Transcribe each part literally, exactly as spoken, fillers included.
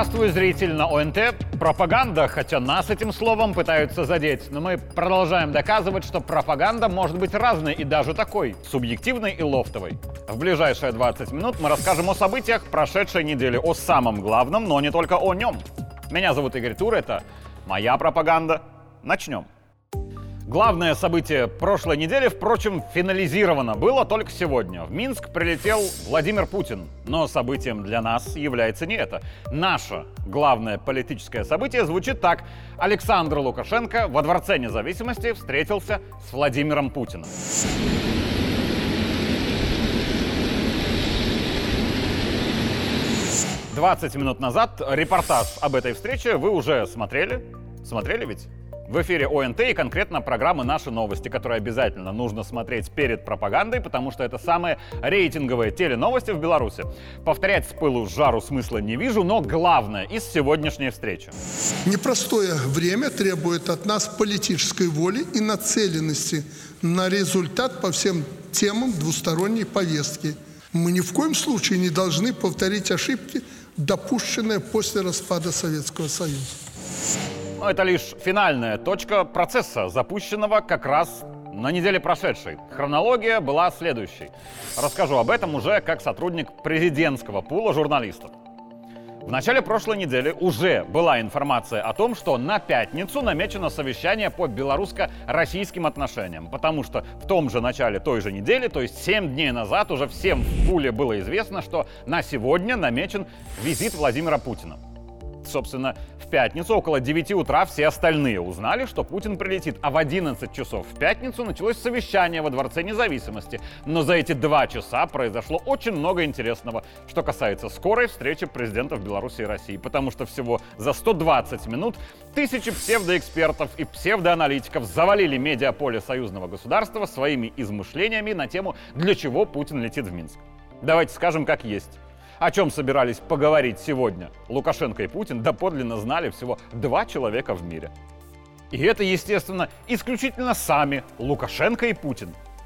Здравствуй, зритель на ОНТ. Пропаганда, хотя нас этим словом пытаются задеть, но мы продолжаем доказывать, что пропаганда может быть разной и даже такой, субъективной и лофтовой. В ближайшие двадцать минут мы расскажем о событиях прошедшей недели, о самом главном, но не только о нем. Меня зовут Игорь Тур, это моя пропаганда. Начнем. Главное событие прошлой недели, впрочем, финализировано было только сегодня. В Минск прилетел Владимир Путин. Но событием для нас является не это. Наше главное политическое событие звучит так. Александр Лукашенко во Дворце Независимости встретился с Владимиром Путиным. двадцать минут назад репортаж об этой встрече вы уже смотрели? Смотрели ведь? В эфире ОНТ и конкретно программы «Наши новости», которые обязательно нужно смотреть перед пропагандой, потому что это самые рейтинговые теленовости в Беларуси. Повторять с пылу с жару смысла не вижу, но главное из сегодняшней встречи. Непростое время требует от нас политической воли и нацеленности на результат по всем темам двусторонней повестки. Мы ни в коем случае не должны повторить ошибки, допущенные после распада Советского Союза. Но это лишь финальная точка процесса, запущенного как раз на неделе прошедшей. Хронология была следующей. Расскажу об этом уже как сотрудник президентского пула журналистов. В начале прошлой недели уже была информация о том, что на пятницу намечено совещание по белорусско-российским отношениям, потому что в том же начале той же недели, то есть семь дней назад, уже всем в пуле было известно, что на сегодня намечен визит Владимира Путина. Собственно, в пятницу около девяти утра все остальные узнали, что Путин прилетит, а в одиннадцать часов в пятницу началось совещание во Дворце Независимости. Но за эти два часа произошло очень много интересного, что касается скорой встречи президентов Беларуси и России, потому что всего за сто двадцать минут тысячи псевдоэкспертов и псевдоаналитиков завалили медиаполе союзного государства своими измышлениями на тему, для чего Путин летит в Минск. Давайте скажем как есть. О чем собирались поговорить сегодня Лукашенко и Путин, доподлинно знали всего два человека в мире. И это, естественно, исключительно сами Лукашенко и Путин.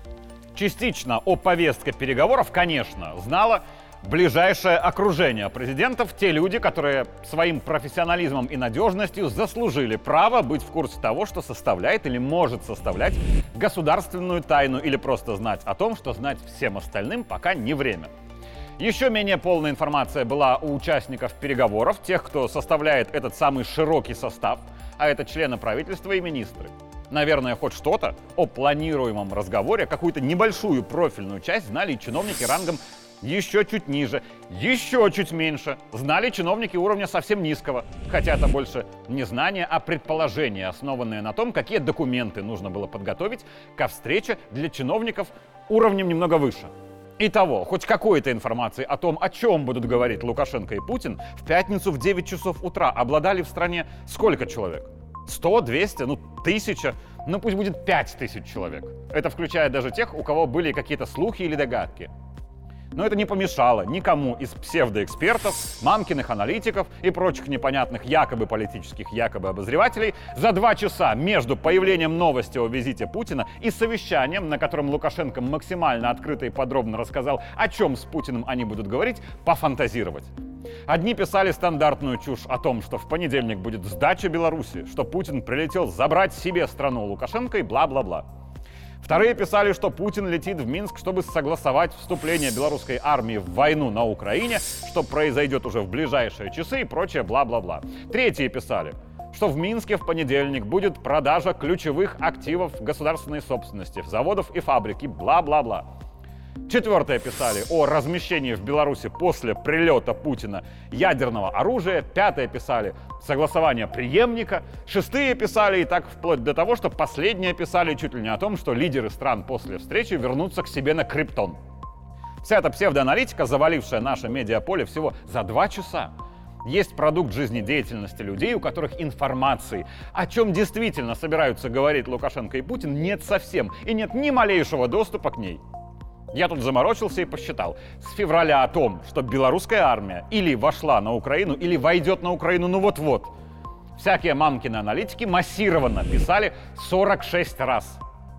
Частично о повестке переговоров, конечно, знало ближайшее окружение президентов, те люди, которые своим профессионализмом и надежностью заслужили право быть в курсе того, что составляет или может составлять государственную тайну, или просто знать о том, что знать всем остальным пока не время. Еще менее полная информация была у участников переговоров, тех, кто составляет этот самый широкий состав, а это члены правительства и министры. Наверное, хоть что-то о планируемом разговоре, какую-то небольшую профильную часть знали и чиновники рангом еще чуть ниже, еще чуть меньше. Знали чиновники уровня совсем низкого, хотя это больше не знание, а предположение, основанное на том, какие документы нужно было подготовить ко встрече для чиновников уровнем немного выше. Итого, хоть какой-то информации о том, о чем будут говорить Лукашенко и Путин, в пятницу в девять часов утра обладали в стране сколько человек? сто, двести, ну тысяча, ну пусть будет пять тысяч человек. Это включая даже тех, у кого были какие-то слухи или догадки. Но это не помешало никому из псевдоэкспертов, мамкиных аналитиков и прочих непонятных якобы политических, якобы обозревателей за два часа между появлением новости о визите Путина и совещанием, на котором Лукашенко максимально открыто и подробно рассказал, о чем с Путиным они будут говорить, пофантазировать. Одни писали стандартную чушь о том, что в понедельник будет сдача Беларуси, что Путин прилетел забрать себе страну Лукашенко и бла-бла-бла. Вторые писали, что Путин летит в Минск, чтобы согласовать вступление белорусской армии в войну на Украине, что произойдет уже в ближайшие часы и прочее бла-бла-бла. Третьи писали, что в Минске в понедельник будет продажа ключевых активов государственной собственности, заводов и фабрик и бла-бла-бла. Четвертые писали о размещении в Беларуси после прилета Путина ядерного оружия. Пятые писали согласование преемника. Шестые писали и так вплоть до того, что последние писали чуть ли не о том, что лидеры стран после встречи вернутся к себе на Криптон. Вся эта псевдоаналитика, завалившая наше медиаполе всего за два часа. Есть продукт жизнедеятельности людей, у которых информации, о чем действительно собираются говорить Лукашенко и Путин, нет совсем, и нет ни малейшего доступа к ней. Я тут заморочился и посчитал. С февраля о том, что белорусская армия или вошла на Украину, или войдет на Украину, ну вот-вот. Всякие мамкины аналитики массированно писали сорок шесть раз.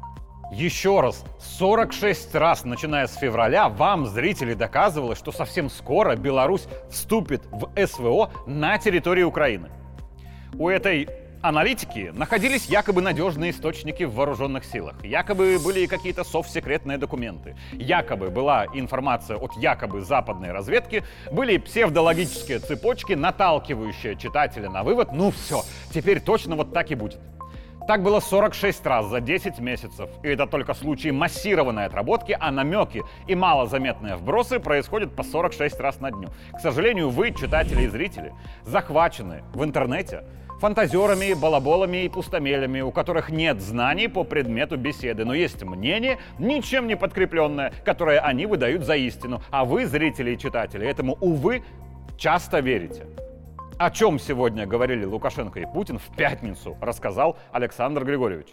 Еще раз, сорок шесть раз, начиная с февраля, вам, зрители, доказывалось, что совсем скоро Беларусь вступит в эс вэ о на территории Украины. У этой аналитики находились якобы надежные источники в вооруженных силах, якобы были какие-то совсекретные документы, якобы была информация от якобы западной разведки, были псевдологические цепочки, наталкивающие читателя на вывод: ну все, теперь точно вот так и будет. Так было сорок шесть раз за десять месяцев. И это только случаи массированной отработки, а намеки и малозаметные вбросы происходят по сорок шесть раз на дню. К сожалению, вы, читатели и зрители, захвачены в интернете фантазерами, балаболами и пустомелями, у которых нет знаний по предмету беседы, но есть мнение, ничем не подкрепленное, которое они выдают за истину. А вы, зрители и читатели, этому, увы, часто верите. О чем сегодня говорили Лукашенко и Путин в пятницу, рассказал Александр Григорьевич.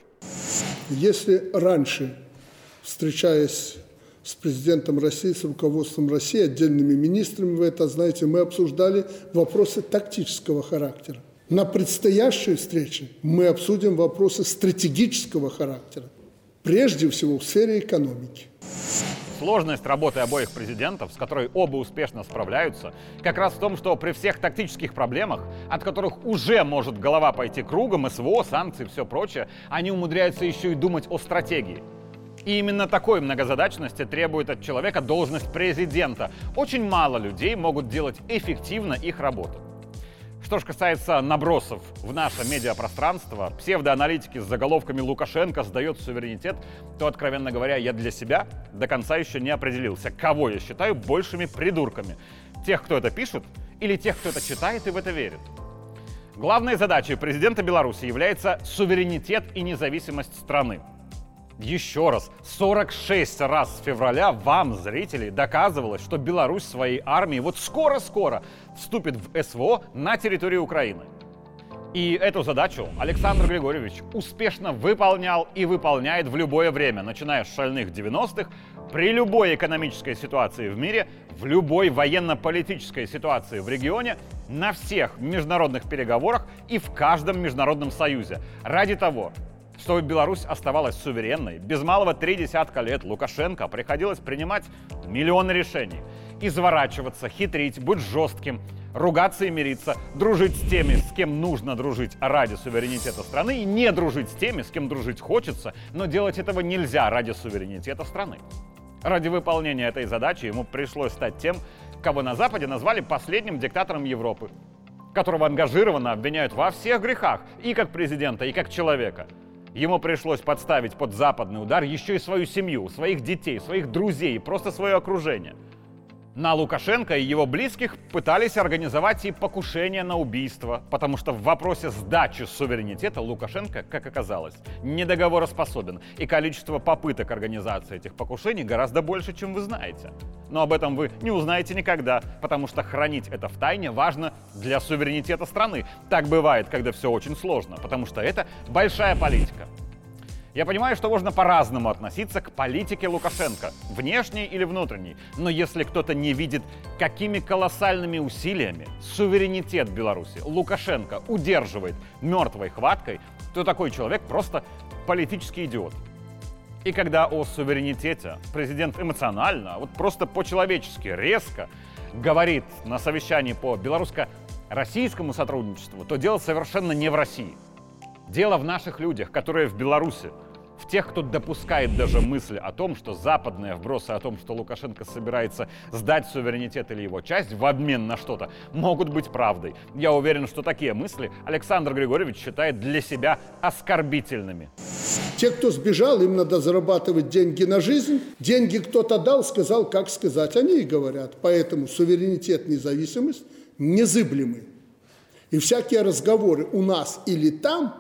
Если раньше, встречаясь с президентом России, с руководством России, отдельными министрами, вы это знаете, мы обсуждали вопросы тактического характера. На предстоящей встрече мы обсудим вопросы стратегического характера, прежде всего в сфере экономики. Сложность работы обоих президентов, с которой оба успешно справляются, как раз в том, что при всех тактических проблемах, от которых уже может голова пойти кругом, эс вэ о, санкции и все прочее, они умудряются еще и думать о стратегии. И именно такой многозадачности требует от человека должность президента. Очень мало людей могут делать эффективно их работу. Что же касается набросов в наше медиапространство, псевдоаналитики с заголовками «Лукашенко сдает суверенитет», то, откровенно говоря, я для себя до конца еще не определился, кого я считаю большими придурками. Тех, кто это пишет, или тех, кто это читает и в это верит. Главной задачей президента Беларуси является суверенитет и независимость страны. Еще раз, сорок шесть раз с февраля вам, зрители, доказывалось, что Беларусь своей армией вот скоро-скоро вступит в эс вэ о на территории Украины. И эту задачу Александр Григорьевич успешно выполнял и выполняет в любое время, начиная с шальных девяностых, при любой экономической ситуации в мире, в любой военно-политической ситуации в регионе, на всех международных переговорах и в каждом международном союзе. Ради того, чтобы Беларусь оставалась суверенной, без малого три десятка лет Лукашенко приходилось принимать миллионы решений. Изворачиваться, хитрить, быть жестким, ругаться и мириться, дружить с теми, с кем нужно дружить ради суверенитета страны, и не дружить с теми, с кем дружить хочется, но делать этого нельзя ради суверенитета страны. Ради выполнения этой задачи ему пришлось стать тем, кого на Западе назвали последним диктатором Европы, которого ангажированно обвиняют во всех грехах, и как президента, и как человека. Ему пришлось подставить под западный удар еще и свою семью, своих детей, своих друзей, просто свое окружение. На Лукашенко и его близких пытались организовать и покушение на убийство, потому что в вопросе сдачи суверенитета Лукашенко, как оказалось, недоговороспособен, и количество попыток организации этих покушений гораздо больше, чем вы знаете. Но об этом вы не узнаете никогда, потому что хранить это в тайне важно для суверенитета страны. Так бывает, когда все очень сложно, потому что это большая политика. Я понимаю, что можно по-разному относиться к политике Лукашенко, внешней или внутренней, но если кто-то не видит, какими колоссальными усилиями суверенитет Беларуси Лукашенко удерживает мертвой хваткой, то такой человек просто политический идиот. И когда о суверенитете президент эмоционально, вот просто по-человечески, резко говорит на совещании по белорусско-российскому сотрудничеству, то дело совершенно не в России. Дело в наших людях, которые в Беларуси, в тех, кто допускает даже мысль о том, что западные вбросы о том, что Лукашенко собирается сдать суверенитет или его часть в обмен на что-то, могут быть правдой. Я уверен, что такие мысли Александр Григорьевич считает для себя оскорбительными. Те, кто сбежал, им надо зарабатывать деньги на жизнь. Деньги кто-то дал, сказал, как сказать. Они и говорят. Поэтому суверенитет, независимость незыблемы. И всякие разговоры у нас или там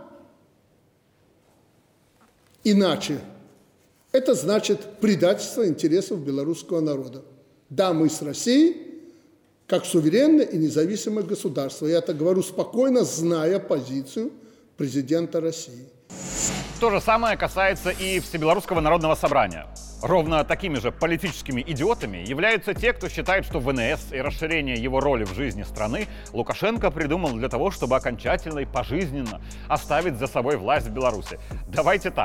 иначе, это значит предательство интересов белорусского народа. Да, мы с Россией, как суверенное и независимое государство. Я это говорю спокойно, зная позицию президента России. То же самое касается и Всебелорусского народного собрания. Ровно такими же политическими идиотами являются те, кто считает, что вэ эн эс и расширение его роли в жизни страны Лукашенко придумал для того, чтобы окончательно и пожизненно оставить за собой власть в Беларуси. Давайте так.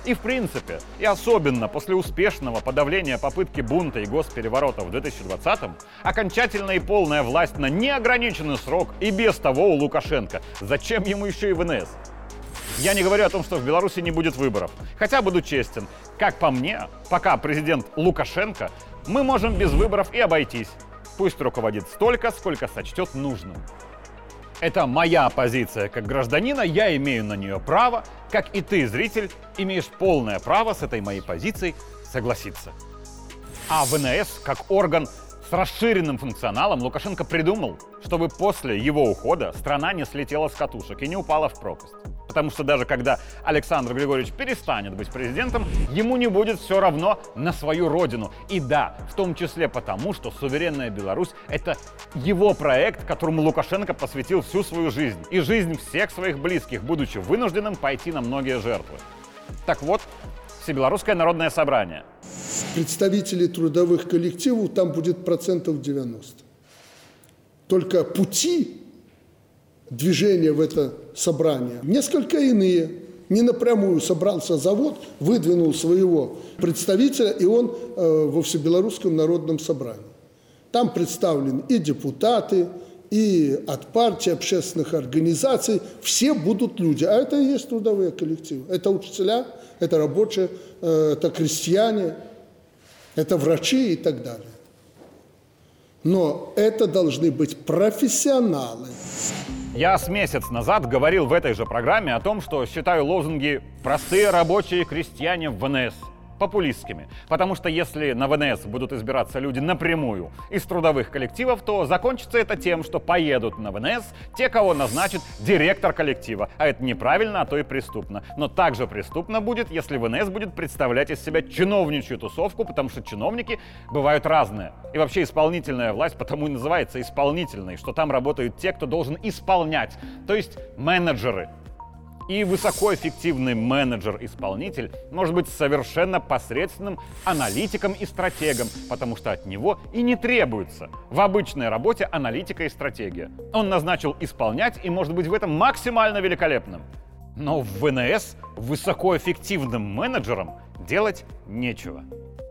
И в принципе, и особенно после успешного подавления попытки бунта и госпереворота в две тысячи двадцатом, окончательная и полная власть на неограниченный срок и без того у Лукашенко. Зачем ему еще и вэ эн эс? Я не говорю о том, что в Беларуси не будет выборов. Хотя буду честен, как по мне, пока президент Лукашенко, мы можем без выборов и обойтись. Пусть руководит столько, сколько сочтет нужным. Это моя позиция как гражданина, я имею на нее право, как и ты, зритель, имеешь полное право с этой моей позицией согласиться. А вэ эн эс, как орган с расширенным функционалом, Лукашенко придумал, чтобы после его ухода страна не слетела с катушек и не упала в пропасть. Потому что даже когда Александр Григорьевич перестанет быть президентом, ему не будет все равно на свою родину. И да, в том числе потому, что суверенная Беларусь — это его проект, которому Лукашенко посвятил всю свою жизнь. И жизнь всех своих близких, будучи вынужденным пойти на многие жертвы. Так вот, Всебелорусское народное собрание. Представителей трудовых коллективов там будет процентов девяносто. Только пути движения в это собрание несколько иные. Не напрямую собрался завод, выдвинул своего представителя, и он э, во Всебелорусском народном собрании. Там представлены и депутаты, и от партий, общественных организаций. Все будут люди. А это и есть трудовые коллективы. Это учителя, это рабочие, э, это крестьяне, это врачи и так далее. Но это должны быть профессионалы. Я с месяц назад говорил в этой же программе о том, что считаю лозунги «простые рабочие крестьяне в вэ эн эс» популистскими. Потому что если на вэ эн эс будут избираться люди напрямую из трудовых коллективов, то закончится это тем, что поедут на вэ эн эс те, кого назначит директор коллектива. А это неправильно, а то и преступно. Но также преступно будет, если вэ эн эс будет представлять из себя чиновничью тусовку, потому что чиновники бывают разные. И вообще исполнительная власть потому и называется исполнительной, что там работают те, кто должен исполнять, то есть менеджеры. И высокоэффективный менеджер-исполнитель может быть совершенно посредственным аналитиком и стратегом, потому что от него и не требуется в обычной работе аналитика и стратегия. Он назначил исполнять и может быть в этом максимально великолепным. Но в вэ эн эс высокоэффективным менеджером делать нечего.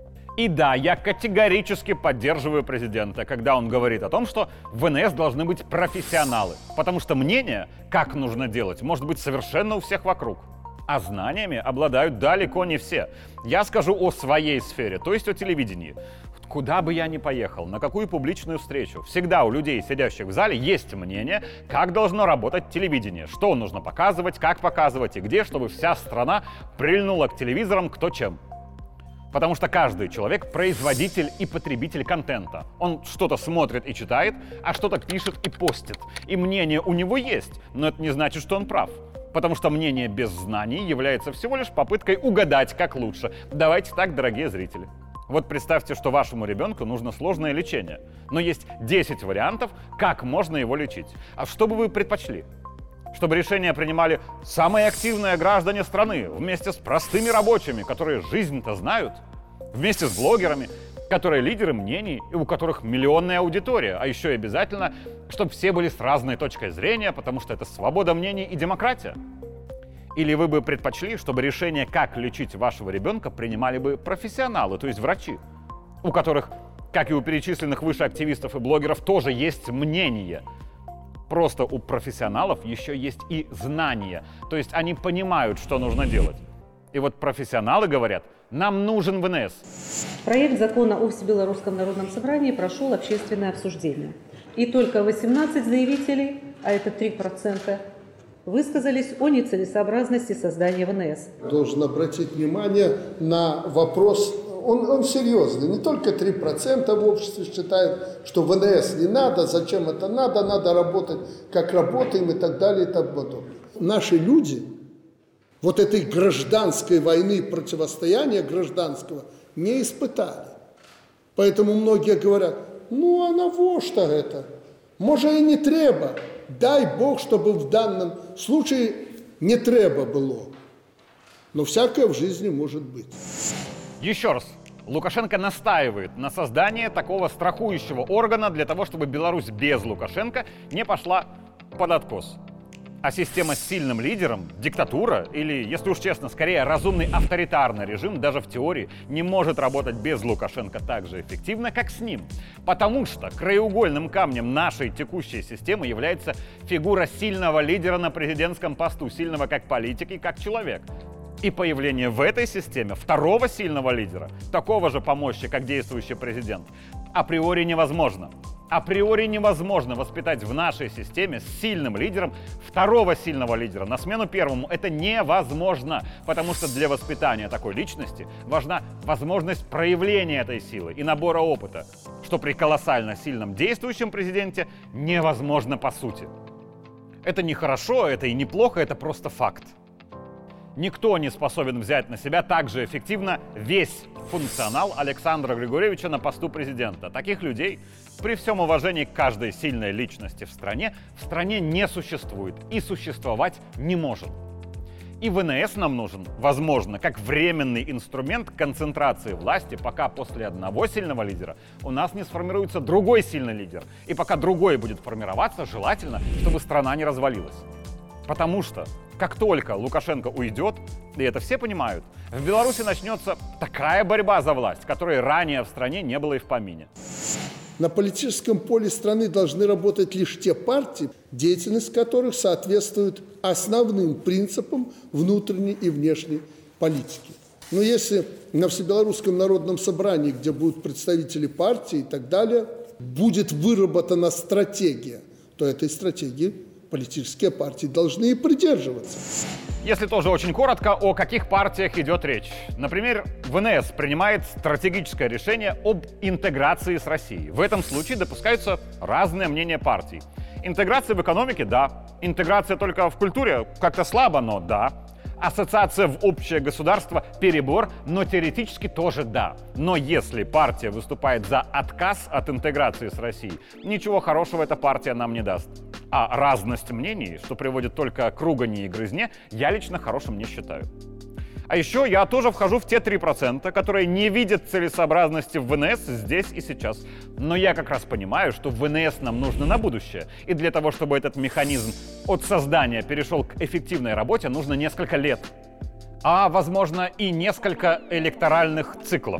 И да, я категорически поддерживаю президента, когда он говорит о том, что в вэ эн эс должны быть профессионалы. Потому что мнение, как нужно делать, может быть совершенно у всех вокруг. А знаниями обладают далеко не все. Я скажу о своей сфере, то есть о телевидении. Куда бы я ни поехал, на какую публичную встречу, всегда у людей, сидящих в зале, есть мнение, как должно работать телевидение, что нужно показывать, как показывать и где, чтобы вся страна прильнула к телевизорам кто чем. Потому что каждый человек — производитель и потребитель контента. Он что-то смотрит и читает, а что-то пишет и постит. И мнение у него есть, но это не значит, что он прав. Потому что мнение без знаний является всего лишь попыткой угадать, как лучше. Давайте так, дорогие зрители. Вот представьте, что вашему ребенку нужно сложное лечение. Но есть десять вариантов, как можно его лечить. А что бы вы предпочли? Чтобы решения принимали самые активные граждане страны вместе с простыми рабочими, которые жизнь-то знают, вместе с блогерами, которые лидеры мнений и у которых миллионная аудитория, а еще и обязательно, чтобы все были с разной точкой зрения, потому что это свобода мнений и демократия. Или вы бы предпочли, чтобы решение, как лечить вашего ребенка, принимали бы профессионалы, то есть врачи, у которых, как и у перечисленных выше активистов и блогеров, тоже есть мнение. Просто у профессионалов еще есть и знания, то есть они понимают, что нужно делать. И вот профессионалы говорят, нам нужен вэ эн эс. Проект закона о Всебелорусском народном собрании прошел общественное обсуждение. И только восемнадцать заявителей, а это три процента, высказались о нецелесообразности создания вэ эн эс. Должен обратить внимание на вопрос, он, он серьезный. Не только три процента в обществе считают, что вэ эн эс не надо, зачем это надо, надо работать, как работаем и так далее и так подобное. Наши люди вот этой гражданской войны, противостояния гражданского не испытали. Поэтому многие говорят, ну а навошта это? Может и не треба. Дай Бог, чтобы в данном случае не треба было. Но всякое в жизни может быть. Еще раз, Лукашенко настаивает на создании такого страхующего органа для того, чтобы Беларусь без Лукашенко не пошла под откос. А система с сильным лидером, диктатура или, если уж честно, скорее разумный авторитарный режим даже в теории не может работать без Лукашенко так же эффективно, как с ним. Потому что краеугольным камнем нашей текущей системы является фигура сильного лидера на президентском посту, сильного как политик и как человек. И появление в этой системе второго сильного лидера, такого же по мощи, как действующий президент, априори невозможно. Априори невозможно воспитать в нашей системе с сильным лидером второго сильного лидера на смену первому. Это невозможно, потому что для воспитания такой личности важна возможность проявления этой силы и набора опыта, что при колоссально сильном действующем президенте невозможно по сути. Это не хорошо, это и неплохо, это просто факт. Никто не способен взять на себя так же эффективно весь функционал Александра Григорьевича на посту президента. Таких людей, при всем уважении к каждой сильной личности в стране, в стране не существует и существовать не может. И ВНС нам нужен, возможно, как временный инструмент концентрации власти, пока после одного сильного лидера у нас не сформируется другой сильный лидер. И пока другой будет формироваться, желательно, чтобы страна не развалилась. Потому что, как только Лукашенко уйдет, и это все понимают, в Беларуси начнется такая борьба за власть, которой ранее в стране не было и в помине. На политическом поле страны должны работать лишь те партии, деятельность которых соответствует основным принципам внутренней и внешней политики. Но если на Всебелорусском народном собрании, где будут представители партии и так далее, будет выработана стратегия, то этой стратегии политические партии должны и придерживаться. Если тоже очень коротко, о каких партиях идет речь. Например, ВНС принимает стратегическое решение об интеграции с Россией. В этом случае допускаются разные мнения партий. Интеграция в экономике – да. Интеграция только в культуре – как-то слабо, но да. Ассоциация в общее государство – перебор, но теоретически тоже да. Но если партия выступает за отказ от интеграции с Россией, ничего хорошего эта партия нам не даст. А разность мнений, что приводит только к ругани и грызне, я лично хорошим не считаю. А еще я тоже вхожу в те три процента, которые не видят целесообразности в ВНС здесь и сейчас. Но я как раз понимаю, что ВНС нам нужно на будущее. И для того, чтобы этот механизм от создания перешел к эффективной работе, нужно несколько лет. А, возможно, и несколько электоральных циклов.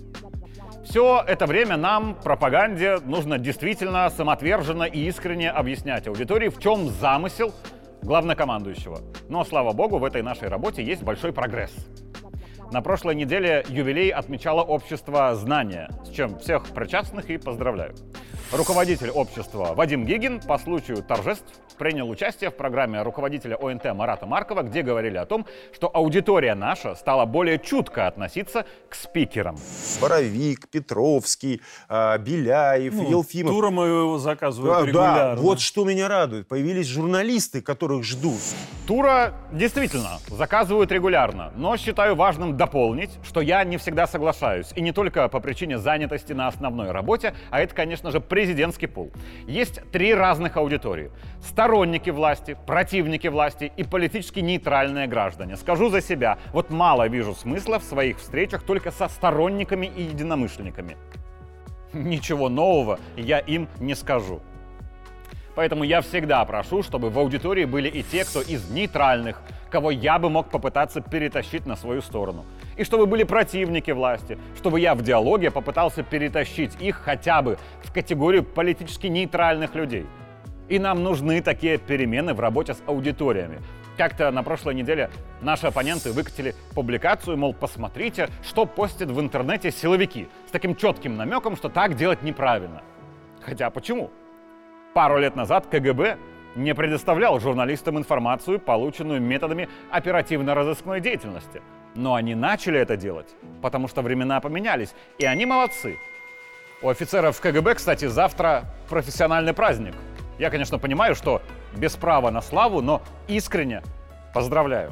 Все это время нам, пропаганде, нужно действительно самоотверженно и искренне объяснять аудитории, в чем замысел главнокомандующего. Но, слава богу, в этой нашей работе есть большой прогресс. На прошлой неделе юбилей отмечало общество «Знания», с чем всех причастных и поздравляю. Руководитель общества Вадим Гигин по случаю торжеств принял участие в программе руководителя О Н Т Марата Маркова, где говорили о том, что аудитория наша стала более чутко относиться к спикерам. Боровик, Петровский, Беляев, ну, Елфимов. Тура моего заказывают да, регулярно. Да, вот что меня радует. Появились журналисты, которых ждут. Тура действительно заказывают регулярно, но считаю важным дополнить, что я не всегда соглашаюсь. И не только по причине занятости на основной работе, а это, конечно же, президентский пул. Есть три разных аудитории. Сторонники власти, противники власти и политически нейтральные граждане. Скажу за себя, вот мало вижу смысла в своих встречах только со сторонниками и единомышленниками. Ничего нового я им не скажу. Поэтому я всегда прошу, чтобы в аудитории были и те, кто из нейтральных, кого я бы мог попытаться перетащить на свою сторону. И чтобы были противники власти, чтобы я в диалоге попытался перетащить их хотя бы в категорию политически нейтральных людей. И нам нужны такие перемены в работе с аудиториями. Как-то на прошлой неделе наши оппоненты выкатили публикацию, мол, посмотрите, что постят в интернете силовики, с таким четким намеком, что так делать неправильно. Хотя почему? Пару лет назад К Г Б не предоставлял журналистам информацию, полученную методами оперативно-розыскной деятельности. Но они начали это делать, потому что времена поменялись, и они молодцы. У офицеров К Г Б, кстати, завтра профессиональный праздник. Я, конечно, понимаю, что без права на славу, но искренне поздравляю.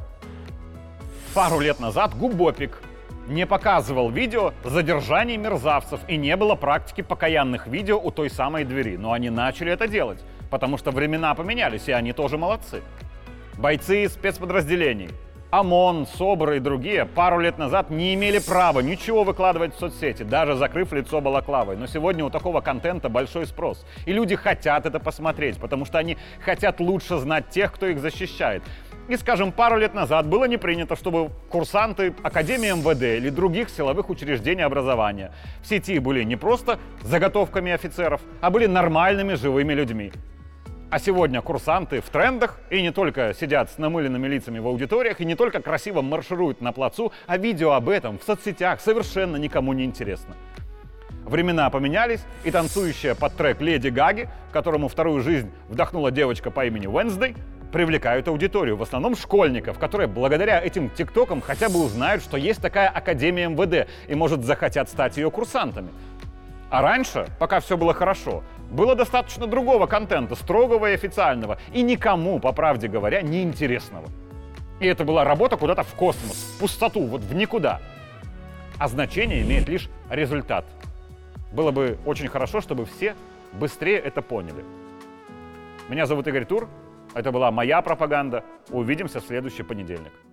Пару лет назад Губопик не показывал видео задержаний мерзавцев, и не было практики покаянных видео у той самой двери. Но они начали это делать, потому что времена поменялись, и они тоже молодцы. Бойцы спецподразделений, ОМОН, СОБР и другие пару лет назад не имели права ничего выкладывать в соцсети, даже закрыв лицо балаклавой. Но сегодня у такого контента большой спрос. И люди хотят это посмотреть, потому что они хотят лучше знать тех, кто их защищает. И, скажем, пару лет назад было не принято, чтобы курсанты Академии эм вэ дэ или других силовых учреждений образования в сети были не просто заготовками офицеров, а были нормальными живыми людьми. А сегодня курсанты в трендах и не только сидят с намыленными лицами в аудиториях, и не только красиво маршируют на плацу, а видео об этом в соцсетях совершенно никому не интересно. Времена поменялись, и танцующая под трек Леди Гаги, которому вторую жизнь вдохнула девочка по имени Уэнсдей, привлекают аудиторию, в основном школьников, которые благодаря этим тиктокам хотя бы узнают, что есть такая Академия эм вэ дэ, и, может, захотят стать ее курсантами. А раньше, пока все было хорошо, было достаточно другого контента, строгого и официального, и никому, по правде говоря, неинтересного. И это была работа куда-то в космос, в пустоту, вот в никуда. А значение имеет лишь результат. Было бы очень хорошо, чтобы все быстрее это поняли. Меня зовут Игорь Тур, это была моя пропаганда. Увидимся в следующий понедельник.